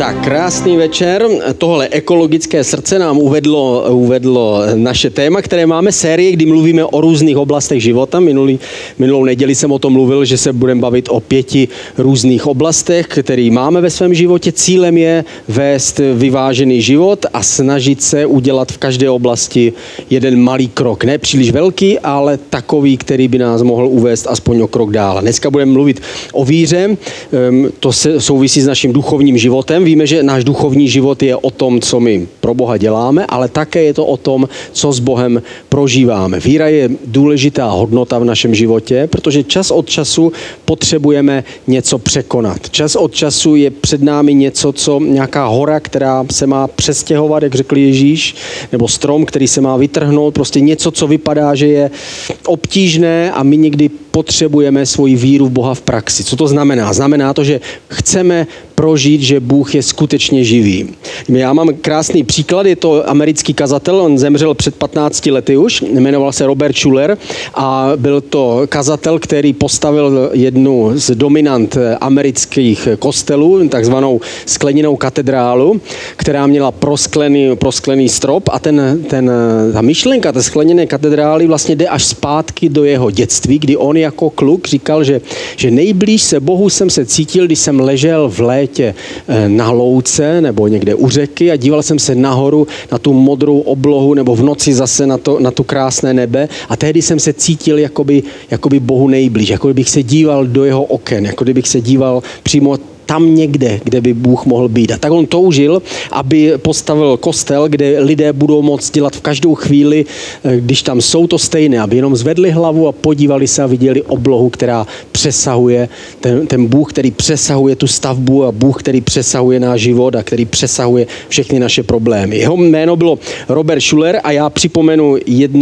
Tak, krásný večer. Tohle ekologické srdce nám uvedlo naše téma, které máme série, kdy mluvíme o různých oblastech života. Minulou neděli jsem o tom mluvil, že se budeme bavit o 5 různých oblastech, které máme ve svém životě. Cílem je vést vyvážený život a snažit se udělat v každé oblasti jeden malý krok. Ne příliš velký, ale takový, který by nás mohl uvést aspoň o krok dál. Dneska budeme mluvit o víře. To se souvisí s naším duchovním životem. Víme, že náš duchovní život je o tom, co my pro Boha děláme, ale také je to o tom, co s Bohem prožíváme. Víra je důležitá hodnota v našem životě, protože čas od času potřebujeme něco překonat. Čas od času je před námi nějaká hora, která se má přestěhovat, jak řekl Ježíš, nebo strom, který se má vytrhnout, prostě něco, co vypadá, že je obtížné a my někdy potřebujeme svoji víru v Boha v praxi. Co to znamená? Znamená to, že chceme prožít, že Bůh je skutečně živý. Já mám krásný příklad, je to americký kazatel, on zemřel před 15 lety už, jmenoval se Robert Schuller a byl to kazatel, který postavil jednu z dominant amerických kostelů, takzvanou skleněnou katedrálu, která měla prosklený strop a ta myšlenka té skleněné katedrály vlastně jde až zpátky do jeho dětství, kdy on jako kluk říkal, že nejblíž se Bohu jsem se cítil, když jsem ležel v létě na louce nebo někde u řeky a díval jsem se nahoru na tu modrou oblohu nebo v noci zase na tu krásné nebe a tehdy jsem se cítil jakoby Bohu nejblíž, jako kdybych se díval do jeho oken, jako kdybych se díval přímo tam někde, kde by Bůh mohl být. A tak on toužil, aby postavil kostel, kde lidé budou moct dělat v každou chvíli, když tam jsou to stejné, aby jenom zvedli hlavu a podívali se a viděli oblohu, která přesahuje, ten Bůh, který přesahuje tu stavbu a Bůh, který přesahuje náš život a který přesahuje všechny naše problémy. Jeho jméno bylo Robert Schuller a já připomenu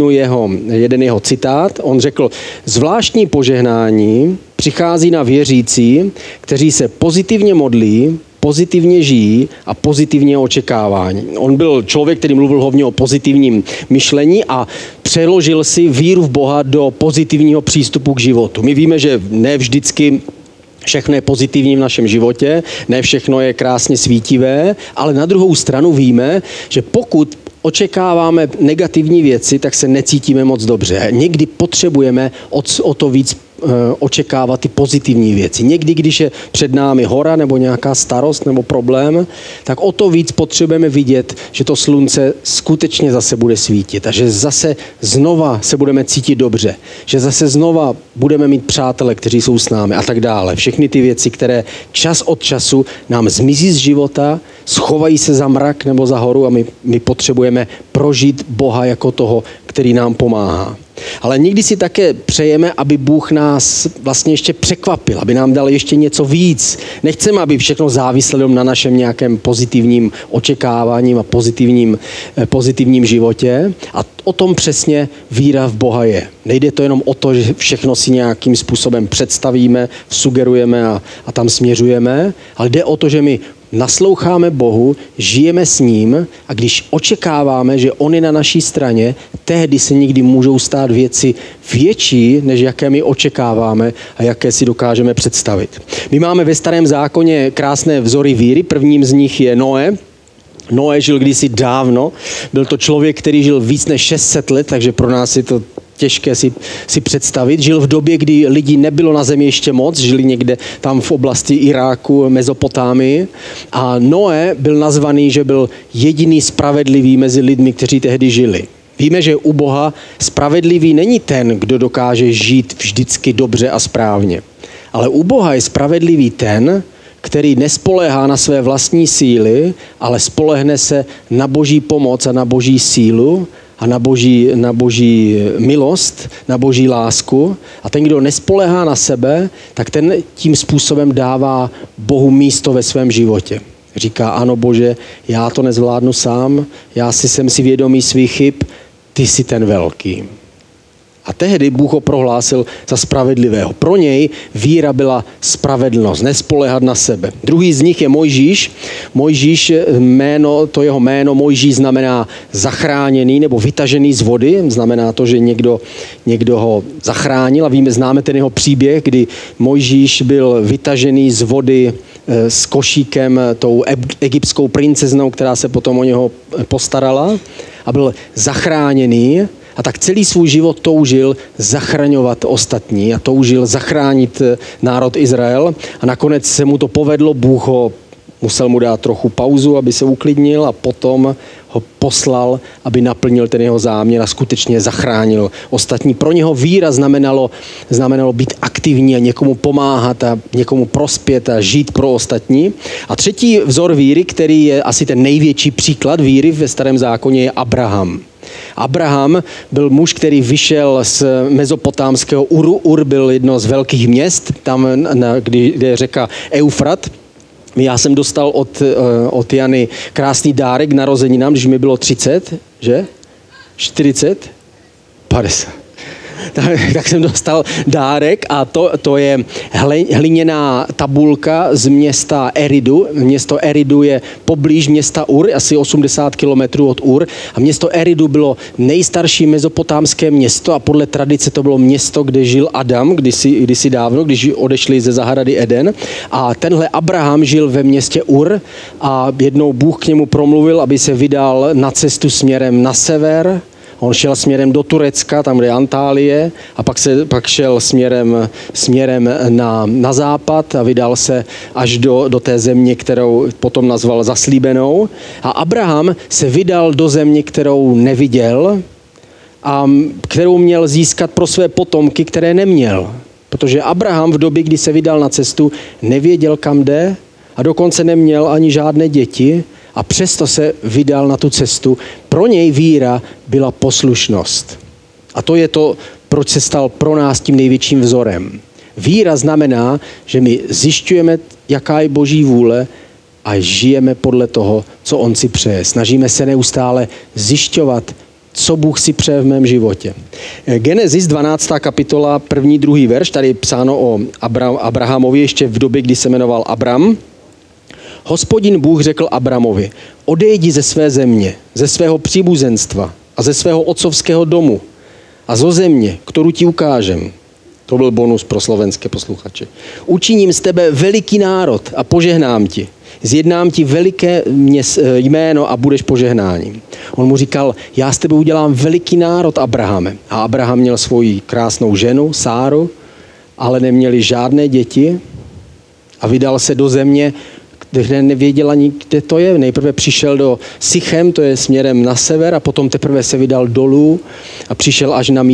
jeden jeho citát. On řekl, zvláštní požehnání přichází na věřící, kteří se pozitivně modlí, pozitivně žijí a pozitivně očekávání. On byl člověk, který mluvil hodně o pozitivním myšlení a přeložil si víru v Boha do pozitivního přístupu k životu. My víme, že ne vždycky všechno je pozitivní v našem životě, ne všechno je krásně svítivé, ale na druhou stranu víme, že pokud očekáváme negativní věci, tak se necítíme moc dobře. Někdy potřebujeme o to víc očekávat ty pozitivní věci. Někdy, když je před námi hora nebo nějaká starost nebo problém, tak o to víc potřebujeme vidět, že to slunce skutečně zase bude svítit a že zase znova se budeme cítit dobře, že zase znova budeme mít přátele, kteří jsou s námi a tak dále. Všechny ty věci, které čas od času nám zmizí z života, schovají se za mrak nebo za horu a my potřebujeme prožít Boha jako toho, který nám pomáhá. Ale někdy si také přejeme, aby Bůh nás vlastně ještě překvapil, aby nám dal ještě něco víc. Nechceme, aby všechno záviselo na našem nějakém pozitivním očekáváním a pozitivním životě. A o tom přesně víra v Boha je. Nejde to jenom o to, že všechno si nějakým způsobem představíme, sugerujeme a tam směřujeme, ale jde o to, že my nasloucháme Bohu, žijeme s ním a když očekáváme, že on je na naší straně, tehdy se někdy můžou stát věci větší, než jaké my očekáváme a jaké si dokážeme představit. My máme ve Starém zákoně krásné vzory víry, prvním z nich je Noé. Noé žil kdysi dávno, byl to člověk, který žil víc než 600 let, takže pro nás je to těžké si představit. Žil v době, kdy lidí nebylo na zemi ještě moc, žili někde tam v oblasti Iráku, Mezopotámii. A Noé byl nazvaný, že byl jediný spravedlivý mezi lidmi, kteří tehdy žili. Víme, že u Boha spravedlivý není ten, kdo dokáže žít vždycky dobře a správně. Ale u Boha je spravedlivý ten, který nespoléhá na své vlastní síly, ale spolehne se na Boží pomoc a na Boží sílu a na boží milost, na boží lásku. A ten, kdo nespoléhá na sebe, tak ten tím způsobem dává Bohu místo ve svém životě. Říká, ano Bože, já to nezvládnu sám, jsem si vědomý svých chyb, ty jsi ten velký. A tehdy Bůh ho prohlásil za spravedlivého. Pro něj víra byla spravedlnost, nespoléhat na sebe. Druhý z nich je Mojžíš. Mojžíš, jeho jméno Mojžíš znamená zachráněný nebo vytažený z vody. Znamená to, že někdo ho zachránil a známe ten jeho příběh, kdy Mojžíš byl vytažený z vody s košíkem, tou egyptskou princeznou, která se potom o něho postarala a byl zachráněný. A tak celý svůj život toužil zachraňovat ostatní a toužil zachránit národ Izrael. A nakonec se mu to povedlo, Bůh musel mu dát trochu pauzu, aby se uklidnil a potom ho poslal, aby naplnil ten jeho záměr a skutečně zachránil ostatní. Pro něho víra znamenalo být aktivní a někomu pomáhat a někomu prospět a žít pro ostatní. A třetí vzor víry, který je asi ten největší příklad víry ve Starém zákoně, je Abraham. Abraham byl muž, který vyšel z mezopotámského Uru. Ur byl jedno z velkých měst, tam, kde je řeka Eufrat. Já jsem dostal od Jany krásný dárek k narozeninám, když mi bylo 30, že? 40? 50. Tak jsem dostal dárek a to je hliněná tabulka z města Eridu. Město Eridu je poblíž města Ur, asi 80 kilometrů od Ur. A město Eridu bylo nejstarší mezopotámské město a podle tradice to bylo město, kde žil Adam kdysi dávno, když odešli ze zahrady Eden. A tenhle Abraham žil ve městě Ur a jednou Bůh k němu promluvil, aby se vydal na cestu směrem na sever. On šel směrem do Turecka, tam je Antálie, a pak šel směrem na západ a vydal se až do té země, kterou potom nazval Zaslíbenou. A Abraham se vydal do země, kterou neviděl a kterou měl získat pro své potomky, které neměl. Protože Abraham v době, kdy se vydal na cestu, nevěděl, kam jde a dokonce neměl ani žádné děti, a přesto se vydal na tu cestu. Pro něj víra byla poslušnost. A to je to, proč se stal pro nás tím největším vzorem. Víra znamená, že my zjišťujeme, jaká je Boží vůle a žijeme podle toho, co on si přeje. Snažíme se neustále zjišťovat, co Bůh si přeje v mém životě. Genesis 12. kapitola, 1. 2. verš, tady je psáno o Abrahamovi ještě v době, kdy se jmenoval Abram. Hospodin Bůh řekl Abramovi, odejdi ze své země, ze svého příbuzenstva a ze svého otcovského domu a zo země, kterou ti ukážem. To byl bonus pro slovenské posluchače. Učiním z tebe veliký národ a požehnám ti. Zjednám ti veliké jméno a budeš požehnáním. On mu říkal, já z tebe udělám veliký národ, Abrahame. A Abraham měl svoji krásnou ženu, Sáru, ale neměli žádné děti a vydal se do země, kde nevěděl ani, kde to je. Nejprve přišel do Sichem, to je směrem na sever, a potom teprve se vydal dolů a přišel až na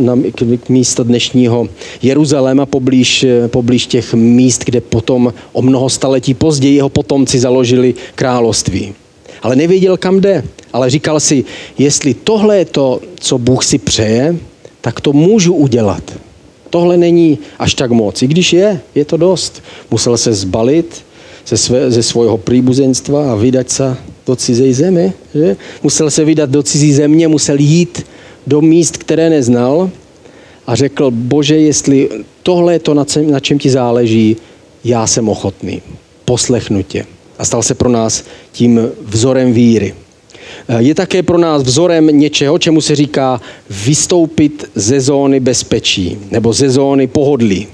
místo dnešního Jeruzaléma, poblíž těch míst, kde potom o mnoho staletí později jeho potomci založili království. Ale nevěděl, kam jde. Ale říkal si, jestli tohle je to, co Bůh si přeje, tak to můžu udělat. Tohle není až tak moc. I když je to dost. Musel se zbalit ze svého příbuzenstva a vydat se do cizí země. Že? Musel se vydat do cizí země, musel jít do míst, které neznal a řekl, Bože, jestli tohle je to, na čem ti záleží, já jsem ochotný, poslechnu tě. A stal se pro nás tím vzorem víry. Je také pro nás vzorem něčeho, čemu se říká vystoupit ze zóny bezpečí nebo ze zóny pohodlí.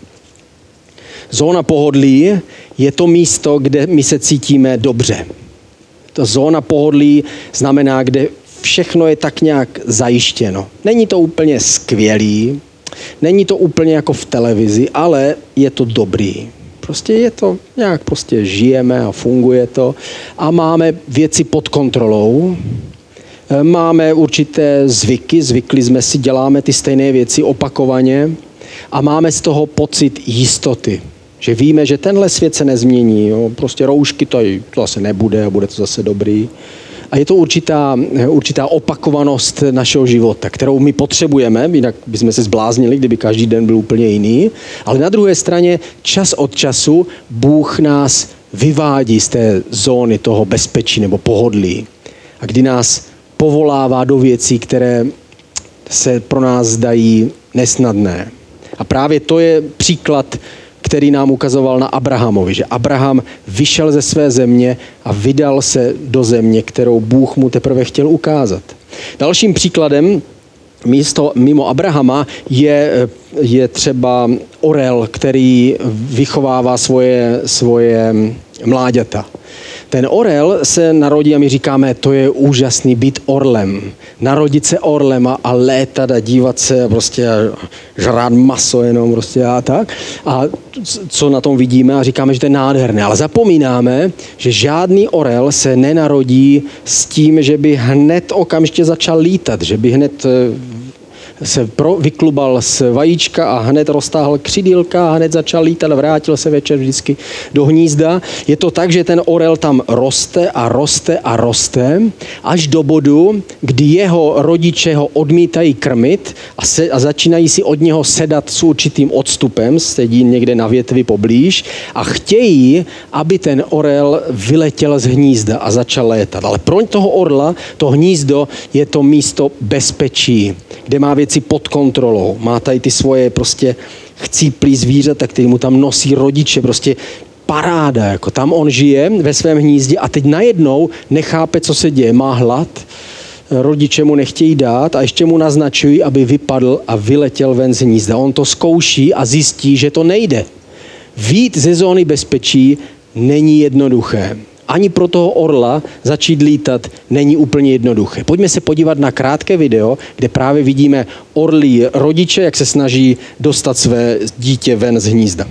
Zóna pohodlí je to místo, kde my se cítíme dobře. Ta zóna pohodlí znamená, kde všechno je tak nějak zajištěno. Není to úplně skvělý, není to úplně jako v televizi, ale je to dobrý. Prostě je to nějak, prostě žijeme a funguje to a máme věci pod kontrolou. Máme určité zvyky, zvykli jsme si, děláme ty stejné věci opakovaně a máme z toho pocit jistoty. Že víme, že tenhle svět se nezmění, jo? Prostě roušky to zase nebude a bude to zase dobrý. A je to určitá opakovanost našeho života, kterou my potřebujeme, jinak bychom se zbláznili, kdyby každý den byl úplně jiný. Ale na druhé straně čas od času Bůh nás vyvádí z té zóny toho bezpečí nebo pohodlí. A kdy nás povolává do věcí, které se pro nás zdají nesnadné. A právě to je příklad, který nám ukazoval na Abrahamovi, že Abraham vyšel ze své země a vydal se do země, kterou Bůh mu teprve chtěl ukázat. Dalším příkladem mimo Abrahama je třeba orel, který vychovává svoje mláďata. Ten orel se narodí a my říkáme, to je úžasný být orlem. Narodit se orlem a létat a dívat se prostě a žrát maso jenom prostě a tak. A co na tom vidíme a říkáme, že to je nádherné. Ale zapomínáme, že žádný orel se nenarodí s tím, že by hned okamžitě začal lítat, že by hned se vyklubal z vajíčka a hned roztáhl křidílka a hned začal lítat a vrátil se večer vždycky do hnízda. Je to tak, že ten orel tam roste a roste a roste až do bodu, kdy jeho rodiče ho odmítají krmit a začínají si od něho sedat s určitým odstupem, sedí někde na větvi poblíž a chtějí, aby ten orel vyletěl z hnízda a začal létat. Ale pro toho orla to hnízdo je to místo bezpečí, kde má věci pod kontrolou. Má tady ty svoje prostě chcíplý zvířata, který mu tam nosí rodiče, prostě paráda, jako tam on žije ve svém hnízdě a teď najednou nechápe, co se děje, má hlad, rodiče mu nechtějí dát a ještě mu naznačují, aby vypadl a vyletěl ven z hnízda. On to zkouší a zjistí, že to nejde. Vyjít ze zóny bezpečí není jednoduché. Ani pro toho orla začít lítat není úplně jednoduché. Pojďme se podívat na krátké video, kde právě vidíme orlí rodiče, jak se snaží dostat své dítě ven z hnízda.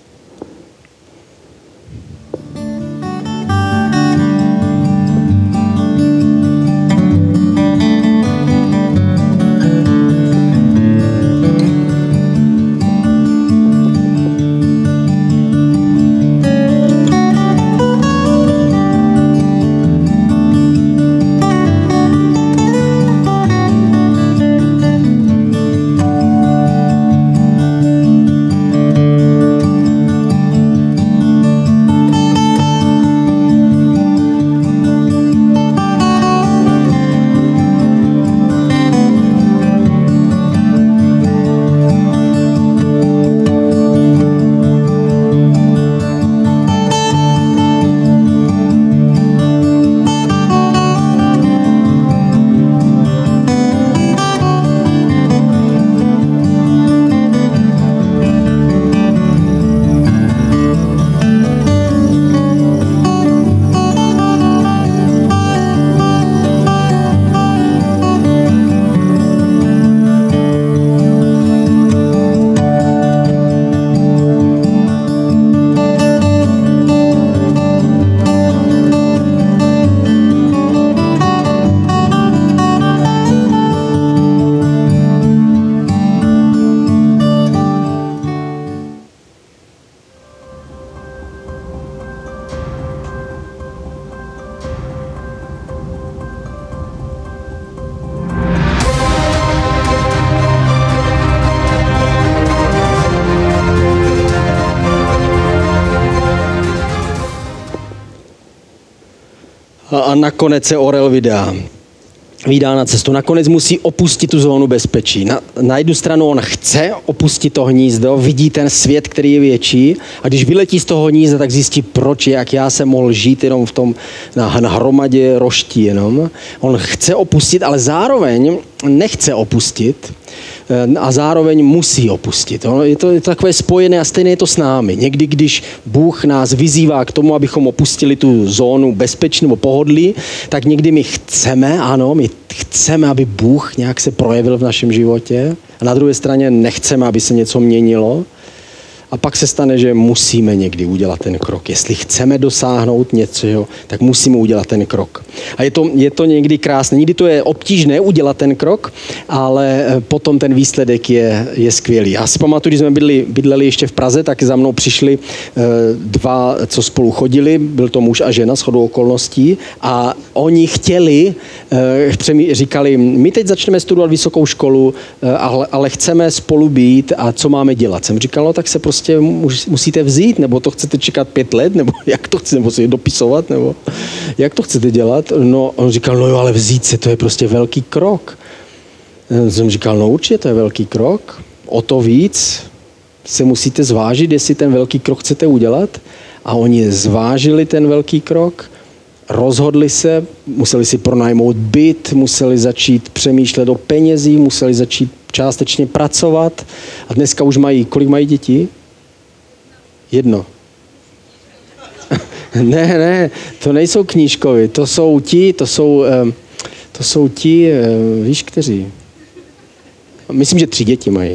A nakonec se orel vydá na cestu. Nakonec musí opustit tu zónu bezpečí. Na jednu stranu on chce opustit to hnízdo, vidí ten svět, který je větší a když vyletí z toho hnízda, tak zjistí, proč, jak já jsem mohl žít jenom v tom na hromadě roští jenom. On chce opustit, ale zároveň nechce opustit a zároveň musí opustit. Je to takové spojené a stejné je to s námi. Někdy, když Bůh nás vyzývá k tomu, abychom opustili tu zónu bezpečí nebo pohodlí, tak někdy my chceme, aby Bůh nějak se projevil v našem životě a na druhé straně nechceme, aby se něco měnilo. A pak se stane, že musíme někdy udělat ten krok. Jestli chceme dosáhnout něčeho, tak musíme udělat ten krok. A je to někdy krásné. Někdy to je obtížné udělat ten krok, ale potom ten výsledek je skvělý. Já si pamatuju, když jsme bydleli ještě v Praze, tak za mnou přišli dva, co spolu chodili, byl to muž a žena shodou okolností a oni říkali, my teď začneme studovat vysokou školu, ale chceme spolu být a co máme dělat? Jsem říkal, no tak se prostě musíte vzít, nebo to chcete čekat 5 let, nebo jak to chcete, nebo si je dopisovat, nebo jak to chcete dělat? No, on říkal, no jo, ale vzít se, to je prostě velký krok. Jsem říkal, no určitě to je velký krok. O to víc se musíte zvážit, jestli ten velký krok chcete udělat. A oni zvážili ten velký krok, rozhodli se, museli si pronajmout byt, museli začít přemýšlet o penězích, museli začít částečně pracovat a dneska už kolik mají dětí? 1. Ne, to nejsou knížkovi, to jsou ti, víš, kteří? Myslím, že 3 děti mají.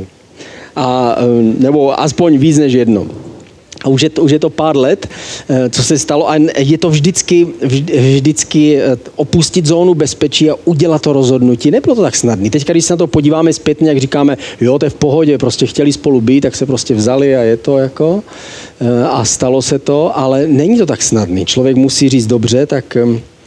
Nebo aspoň víc než 1. A už je to pár let, co se stalo a je to vždycky opustit zónu bezpečí a udělat to rozhodnutí. Nebylo to tak snadné. Teď, když se na to podíváme zpětně, jak říkáme, jo, to je v pohodě, prostě chtěli spolu být, tak se prostě vzali a je to jako a stalo se to, ale není to tak snadný. Člověk musí říct dobře, tak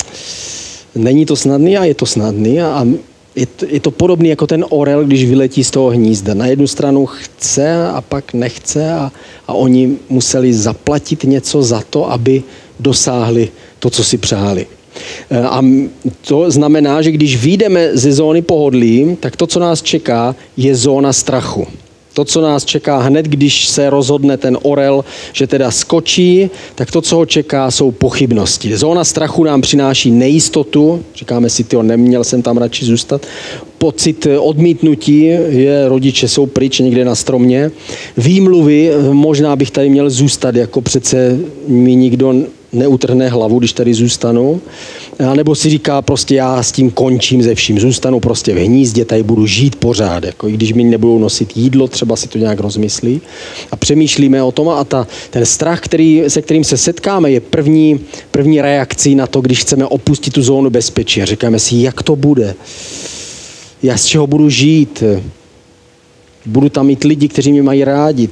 není to snadný a je to snadný a je to podobný jako ten orel, když vyletí z toho hnízda. Na jednu stranu chce a pak nechce a oni museli zaplatit něco za to, aby dosáhli to, co si přáli. A to znamená, že když vyjdeme ze zóny pohodlí, tak to, co nás čeká, je zóna strachu. To, co nás čeká hned, když se rozhodne ten orel, že teda skočí, tak to, co ho čeká, jsou pochybnosti. Zóna strachu nám přináší nejistotu, říkáme si, neměl jsem tam radši zůstat. Pocit odmítnutí, rodiče jsou pryč někde na stromě. Výmluvy, možná bych tady měl zůstat, jako přece mi nikdo neutrhne hlavu, když tady zůstanu. A nebo si říká, prostě já s tím končím ze vším, zůstanu prostě v hnízdě, tady budu žít pořád, jako i když mi nebudou nosit jídlo, třeba si to nějak rozmyslí. A přemýšlíme o tom a ten strach, se kterým se setkáme, je první reakcí na to, když chceme opustit tu zónu bezpečí. A říkáme si, jak to bude? Já z čeho budu žít? Budu tam mít lidi, kteří mě mají rádi.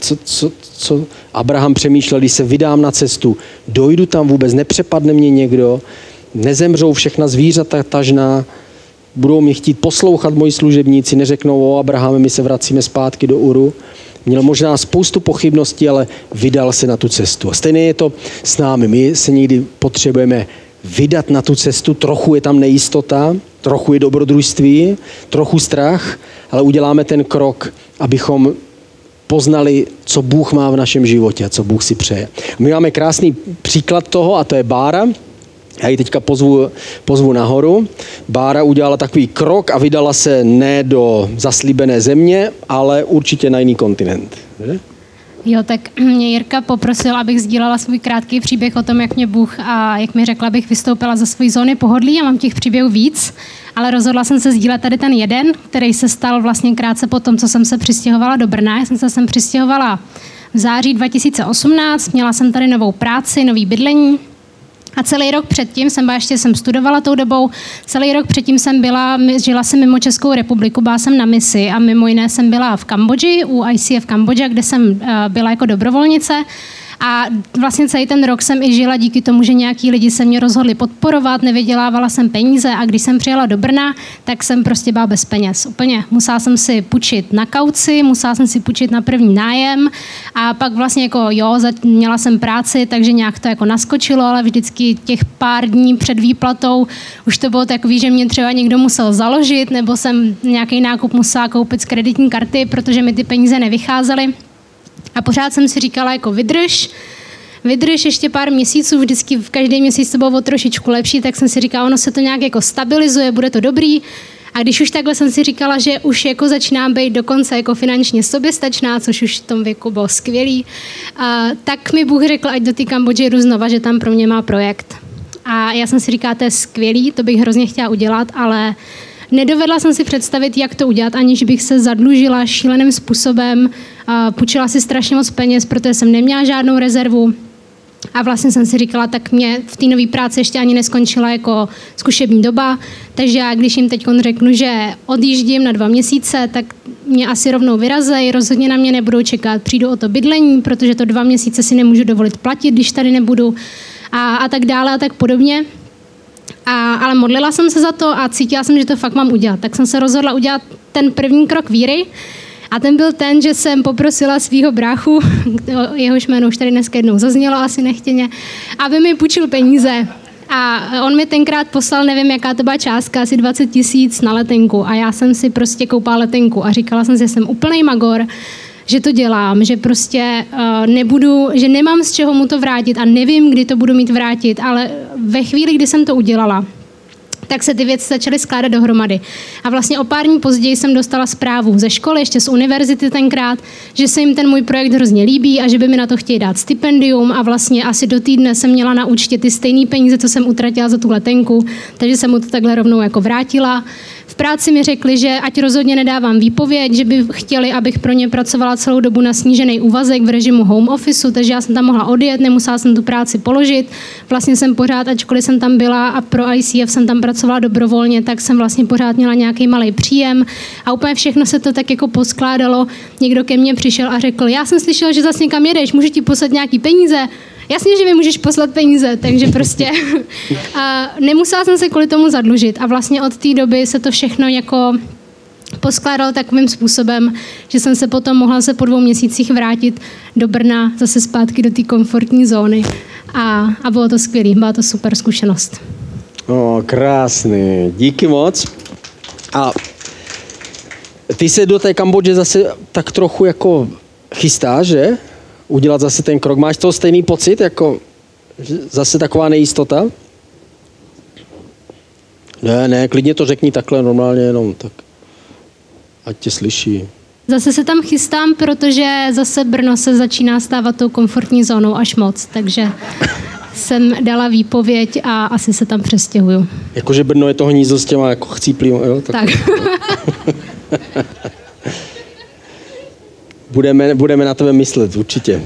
Co Abraham přemýšlel, když se vydám na cestu? Dojdu tam vůbec? Nepřepadne mě někdo? Nezemřou všechna zvířata tažná? Budou mě chtít poslouchat moji služebníci? Neřeknou, o Abrahame, my se vracíme zpátky do Uru? Měl možná spoustu pochybností, ale vydal se na tu cestu. A stejně je to s námi. My se někdy potřebujeme vydat na tu cestu. Trochu je tam nejistota, trochu je dobrodružství, trochu strach, ale uděláme ten krok, abychom poznali, co Bůh má v našem životě a co Bůh si přeje. My máme krásný příklad toho a to je Bára. Já ji teďka pozvu nahoru. Bára udělala takový krok a vydala se ne do zaslíbené země, ale určitě na jiný kontinent. Že? Jo, tak mě Jirka poprosil, abych sdílela svůj krátký příběh o tom, jak mě Bůh a jak mi řekla, abych vystoupila ze své zóny pohodlí a mám těch příběhů víc, ale rozhodla jsem se sdílet tady ten jeden, který se stal vlastně krátce po tom, co jsem se přistěhovala do Brna. Já jsem se sem přistěhovala v září 2018, měla jsem tady novou práci, nový bydlení. A celý rok předtím jsem studovala tou dobou, celý rok předtím žila jsem mimo Českou republiku, byla jsem na misi a mimo jiné jsem byla v Kambodži, u ICF Kambodža, kde jsem byla jako dobrovolnice. A vlastně celý ten rok jsem i žila díky tomu, že nějaký lidi se mě rozhodli podporovat, nevydělávala jsem peníze a když jsem přijela do Brna, tak jsem prostě byla bez peněz. Úplně musela jsem si půjčit na kauci, musela jsem si půjčit na první nájem a pak vlastně jako měla jsem práci, takže nějak to jako naskočilo, ale vždycky těch pár dní před výplatou už to bylo takový, že mě třeba někdo musel založit nebo jsem nějaký nákup musela koupit z kreditní karty, protože mi ty peníze nevycházely. A pořád jsem si říkala, jako vydrž ještě pár měsíců, vždycky v každý měsíc to bylo o trošičku lepší, tak jsem si říkala, ono se to nějak jako stabilizuje, bude to dobrý. A když už takhle jsem si říkala, že už jako začínám být dokonce jako finančně soběstačná, což už v tom věku bylo skvělý, tak mi Bůh řekl, ať do té Kambodži jdu znova, že tam pro mě má projekt. A já jsem si říkala, to je skvělý, to bych hrozně chtěla udělat, ale nedovedla jsem si představit, jak to udělat, aniž bych se zadlužila šíleným způsobem, půjčila si strašně moc peněz, protože jsem neměla žádnou rezervu. A vlastně jsem si říkala, tak mě v té nové práci ještě ani neskončila jako zkušební doba, takže já, když jim teď řeknu, že odjíždím na 2 měsíce, tak mě asi rovnou vyrazej, rozhodně na mě nebudou čekat, přijdu o to bydlení, protože to 2 měsíce si nemůžu dovolit platit, když tady nebudu a tak dále a tak podobně. Ale modlila jsem se za to a cítila jsem, že to fakt mám udělat. Tak jsem se rozhodla udělat ten první krok víry a ten byl ten, že jsem poprosila svého bráchu, jehož jméno už tady dneska jednou zaznělo, asi nechtěně, aby mi půjčil peníze. A on mi tenkrát poslal, nevím, jaká to byla částka, asi 20 000 na letenku a já jsem si prostě koupala letenku a říkala jsem si, že jsem úplnej magor, že to dělám, že prostě že nemám z čeho mu to vrátit a nevím, kdy to budu mít vrátit, ale ve chvíli, kdy jsem to udělala, tak se ty věci začaly skládat dohromady. A vlastně o pár dní později jsem dostala zprávu ze školy, ještě z univerzity tenkrát, že se jim ten můj projekt hrozně líbí a že by mi na to chtěli dát stipendium a vlastně asi do týdne jsem měla na účtě ty stejné peníze, co jsem utratila za tu letenku, takže jsem mu to takhle rovnou jako vrátila. V práci mi řekli, že ať rozhodně nedávám výpověď, že by chtěli, abych pro ně pracovala celou dobu na snížený úvazek v režimu home officeu, takže já jsem tam mohla odjet, nemusela jsem tu práci položit. Vlastně jsem pořád, ačkoliv jsem tam byla a pro ICF jsem tam pracovala dobrovolně, tak jsem vlastně pořád měla nějaký malý příjem a úplně všechno se to tak jako poskládalo. Někdo ke mně přišel a řekl, já jsem slyšel, že zase někam jedeš, můžu ti poslat nějaký peníze? Jasně, že mi můžeš poslat peníze, takže prostě a nemusela jsem se kvůli tomu zadlužit a vlastně od té doby se to všechno jako poskládalo takovým způsobem, že jsem se potom mohla po 2 měsících vrátit do Brna, zase zpátky do té komfortní zóny a bylo to skvělé, byla to super zkušenost. Krásný, díky moc. A ty se do té Kambodže zase tak trochu jako chystáš, že? Udělat zase ten krok. Máš toho stejný pocit, jako zase taková nejistota? Ne, klidně to řekni takhle normálně jenom, tak ať tě slyší. Zase se tam chystám, protože zase Brno se začíná stávat tou komfortní zónou až moc, takže jsem dala výpověď a asi se tam přestěhuju. Jakože Brno je to hnízdo s těma jako chcíplýma, jo? Tak. Budeme na tebe myslet, určitě.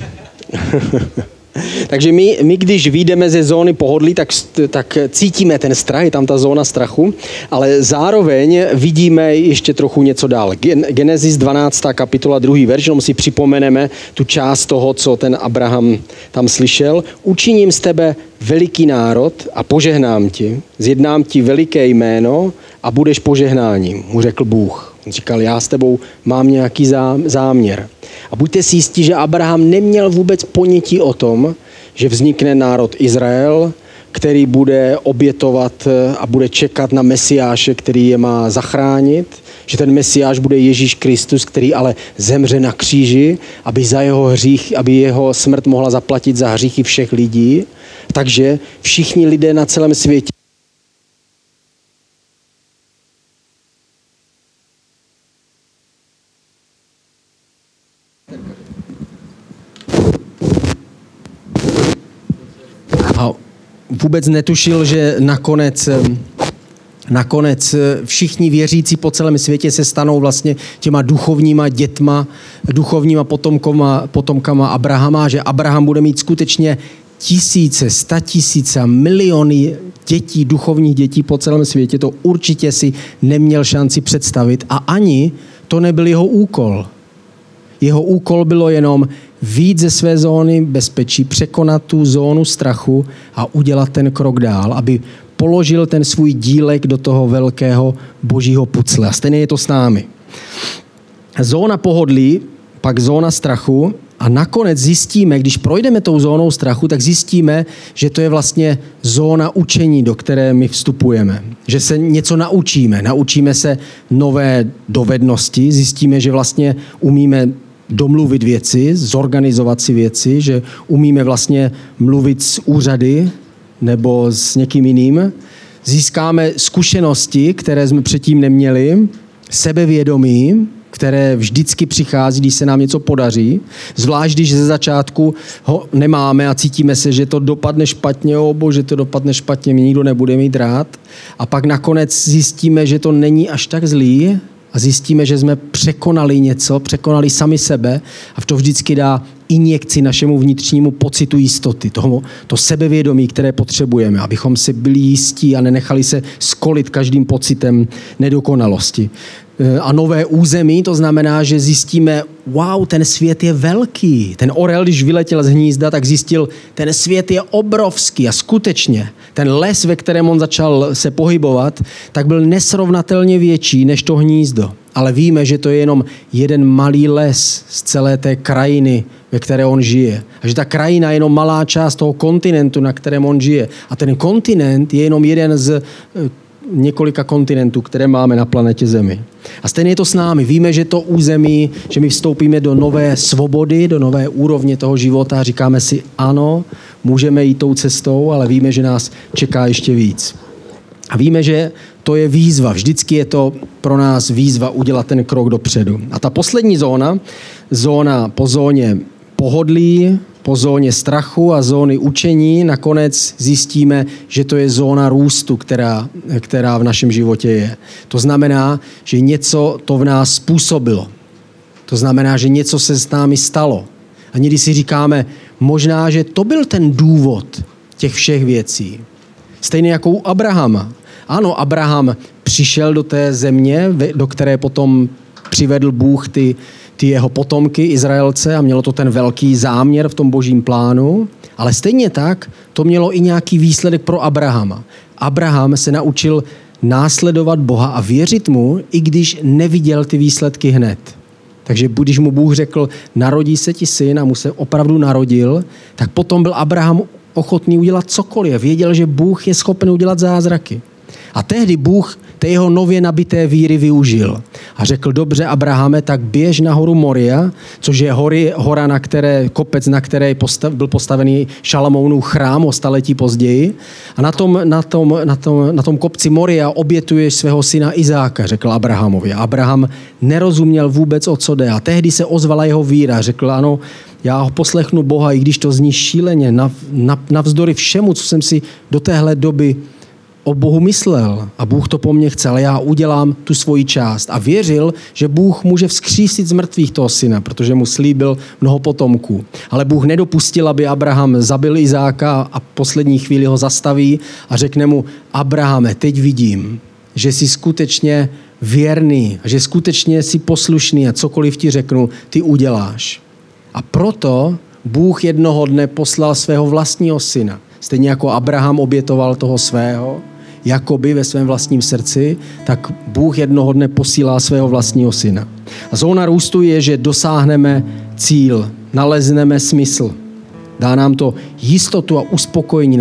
Takže my, když vyjdeme ze zóny pohodlí, tak cítíme ten strach, je tam ta zóna strachu, ale zároveň vidíme ještě trochu něco dál. Genesis 12. kapitola 2. verš, jenom si připomeneme tu část toho, co ten Abraham tam slyšel. Učiním z tebe veliký národ a požehnám ti, zjednám ti veliké jméno a budeš požehnáním, mu řekl Bůh. On říkal, já s tebou mám nějaký záměr. A buďte si jistí, že Abraham neměl vůbec ponětí o tom, že vznikne národ Izrael, který bude obětovat a bude čekat na Mesiáše, který je má zachránit, že ten Mesiáš bude Ježíš Kristus, který ale zemře na kříži, aby jeho smrt mohla zaplatit za hříchy všech lidí. Takže všichni lidé na celém světě a vůbec netušil, že nakonec všichni věřící po celém světě se stanou vlastně těma duchovníma dětma, duchovníma potomkama Abrahama, že Abraham bude mít skutečně tisíce, 100 000 a miliony dětí, duchovních dětí po celém světě. To určitě si neměl šanci představit a ani to nebyl jeho úkol. Jeho úkol bylo jenom vyjít ze své zóny bezpečí, překonat tu zónu strachu a udělat ten krok dál, aby položil ten svůj dílek do toho velkého božího pucle. A stejně je to s námi. Zóna pohodlí, pak zóna strachu a nakonec zjistíme, když projdeme tou zónou strachu, tak zjistíme, že to je vlastně zóna učení, do které my vstupujeme. Že se něco naučíme se nové dovednosti, zjistíme, že vlastně umíme domluvit věci, zorganizovat si věci, že umíme vlastně mluvit s úřady nebo s někým jiným. Získáme zkušenosti, které jsme předtím neměli, sebevědomí, které vždycky přichází, když se nám něco podaří. Zvlášť, když ze začátku ho nemáme a cítíme se, že to dopadne špatně, že to dopadne špatně, mě nikdo nebude mít rád. A pak nakonec zjistíme, že to není až tak zlý a zjistíme, že jsme překonali něco, překonali sami sebe a to vždycky dá injekci našemu vnitřnímu pocitu jistoty, to sebevědomí, které potřebujeme, abychom si byli jistí a nenechali se skolit každým pocitem nedokonalosti. A nové území, to znamená, že zjistíme, wow, ten svět je velký. Ten orel, když vyletěl z hnízda, tak zjistil, ten svět je obrovský a skutečně ten les, ve kterém on začal se pohybovat, tak byl nesrovnatelně větší než to hnízdo. Ale víme, že to je jenom jeden malý les z celé té krajiny, ve které on žije. A že ta krajina je jenom malá část toho kontinentu, na kterém on žije. A ten kontinent je jenom jeden z několika kontinentů, které máme na planetě Zemi. A stejně je to s námi. Víme, že to území, že my vstoupíme do nové svobody, do nové úrovně toho života a říkáme si ano, můžeme jít tou cestou, ale víme, že nás čeká ještě víc. A víme, že to je výzva. Vždycky je to pro nás výzva udělat ten krok dopředu. A ta poslední zóna po zóně pohodlí, po zóně strachu a zóny učení, nakonec zjistíme, že to je zóna růstu, která v našem životě je. To znamená, že něco to v nás způsobilo. To znamená, že něco se s námi stalo. A někdy si říkáme, možná, že to byl ten důvod těch všech věcí. Stejně jako u Abrahama. Ano, Abraham přišel do té země, do které potom přivedl Bůh ty jeho potomky, Izraelce, a mělo to ten velký záměr v tom božím plánu, ale stejně tak to mělo i nějaký výsledek pro Abrahama. Abraham se naučil následovat Boha a věřit mu, i když neviděl ty výsledky hned. Takže když mu Bůh řekl, narodí se ti syn a mu se opravdu narodil, tak potom byl Abraham ochotný udělat cokoliv. Věděl, že Bůh je schopen udělat zázraky. A tehdy Bůh té jeho nově nabité víry využil. A řekl, dobře, Abrahame, tak běž na horu Moria, což je hora, kopec, na které byl postavený Šalamounův chrám o staletí později. A na tom kopci Moria obětuješ svého syna Izáka, řekl Abrahamovi. A Abraham nerozuměl vůbec, o co jde. A tehdy se ozvala jeho víra. Řekl, ano, já ho poslechnu Boha, i když to zní šíleně, navzdory všemu, co jsem si do téhle doby o Bohu myslel a Bůh to po mně chce, ale já udělám tu svoji část. A věřil, že Bůh může vzkřísit z mrtvých toho syna, protože mu slíbil mnoho potomků. Ale Bůh nedopustil, aby Abraham zabil Izáka a poslední chvíli ho zastaví a řekne mu, Abrahame, teď vidím, že jsi skutečně věrný, že skutečně jsi poslušný a cokoliv ti řeknu, ty uděláš. A proto Bůh jednoho dne poslal svého vlastního syna. Stejně jako Abraham obětoval toho svého, Jakoby ve svém vlastním srdci, tak Bůh jednoho dne posílá svého vlastního syna. A zóna růstu je, že dosáhneme cíl, nalezneme smysl. Dá nám to jistotu a uspokojení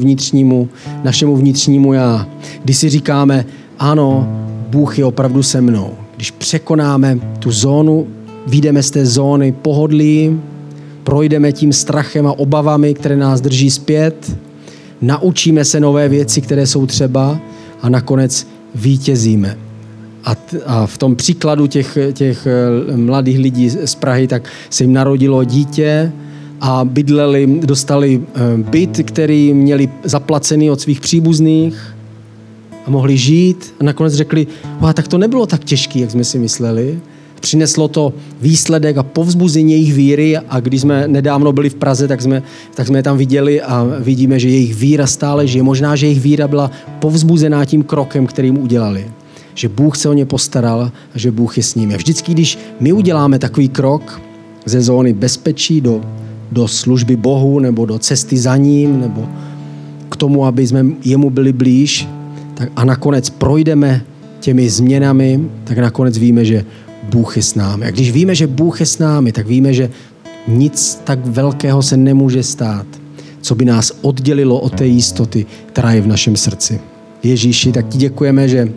našemu vnitřnímu já. Když si říkáme, ano, Bůh je opravdu se mnou. Když překonáme tu zónu, vyjdeme z té zóny pohodlí, projdeme tím strachem a obavami, které nás drží zpět, naučíme se nové věci, které jsou třeba a nakonec vítězíme. A v tom příkladu těch mladých lidí z Prahy, tak se jim narodilo dítě a dostali byt, který měli zaplacený od svých příbuzných a mohli žít a nakonec řekli, tak to nebylo tak těžké, jak jsme si mysleli. Přineslo to výsledek a povzbuzení jejich víry a když jsme nedávno byli v Praze, tak jsme je tam viděli a vidíme, že jejich víra stále žije. Možná, že jejich víra byla povzbuzená tím krokem, kterým udělali. Že Bůh se o ně postaral a že Bůh je s nimi. A vždycky, když my uděláme takový krok ze zóny bezpečí do služby Bohu nebo do cesty za ním nebo k tomu, aby jsme jemu byli blíž tak a nakonec projdeme těmi změnami, tak nakonec víme, že Bůh je s námi. A když víme, že Bůh je s námi, tak víme, že nic tak velkého se nemůže stát, co by nás oddělilo od té jistoty, která je v našem srdci. Ježíši, tak ti děkujeme, že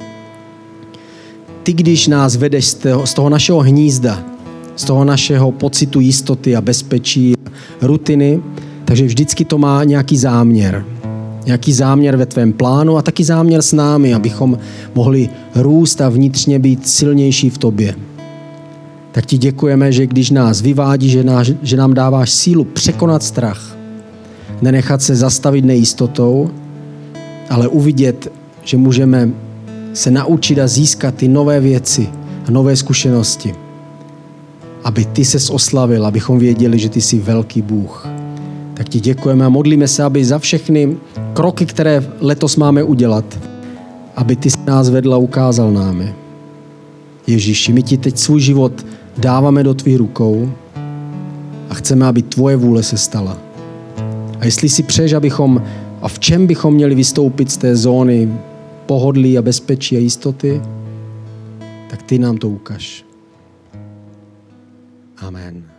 ty, když nás vedeš z toho našeho hnízda, z toho našeho pocitu jistoty a bezpečí, rutiny, takže vždycky to má nějaký záměr. Nějaký záměr ve tvém plánu a taky záměr s námi, abychom mohli růst a vnitřně být silnější v tobě. Tak ti děkujeme, že když nás vyvádí, že nám dáváš sílu překonat strach, nenechat se zastavit nejistotou, ale uvidět, že můžeme se naučit a získat ty nové věci a nové zkušenosti, aby ty ses oslavil, abychom věděli, že ty jsi velký Bůh. Tak ti děkujeme a modlíme se, aby za všechny kroky, které letos máme udělat, aby ty jsi nás vedl a ukázal námi. Ježíši, my ti teď svůj život dáváme do tvých rukou a chceme, aby tvoje vůle se stala. A jestli si přeješ, a v čem bychom měli vystoupit z té zóny pohodlí a bezpečí a jistoty, tak ty nám to ukaž. Amen.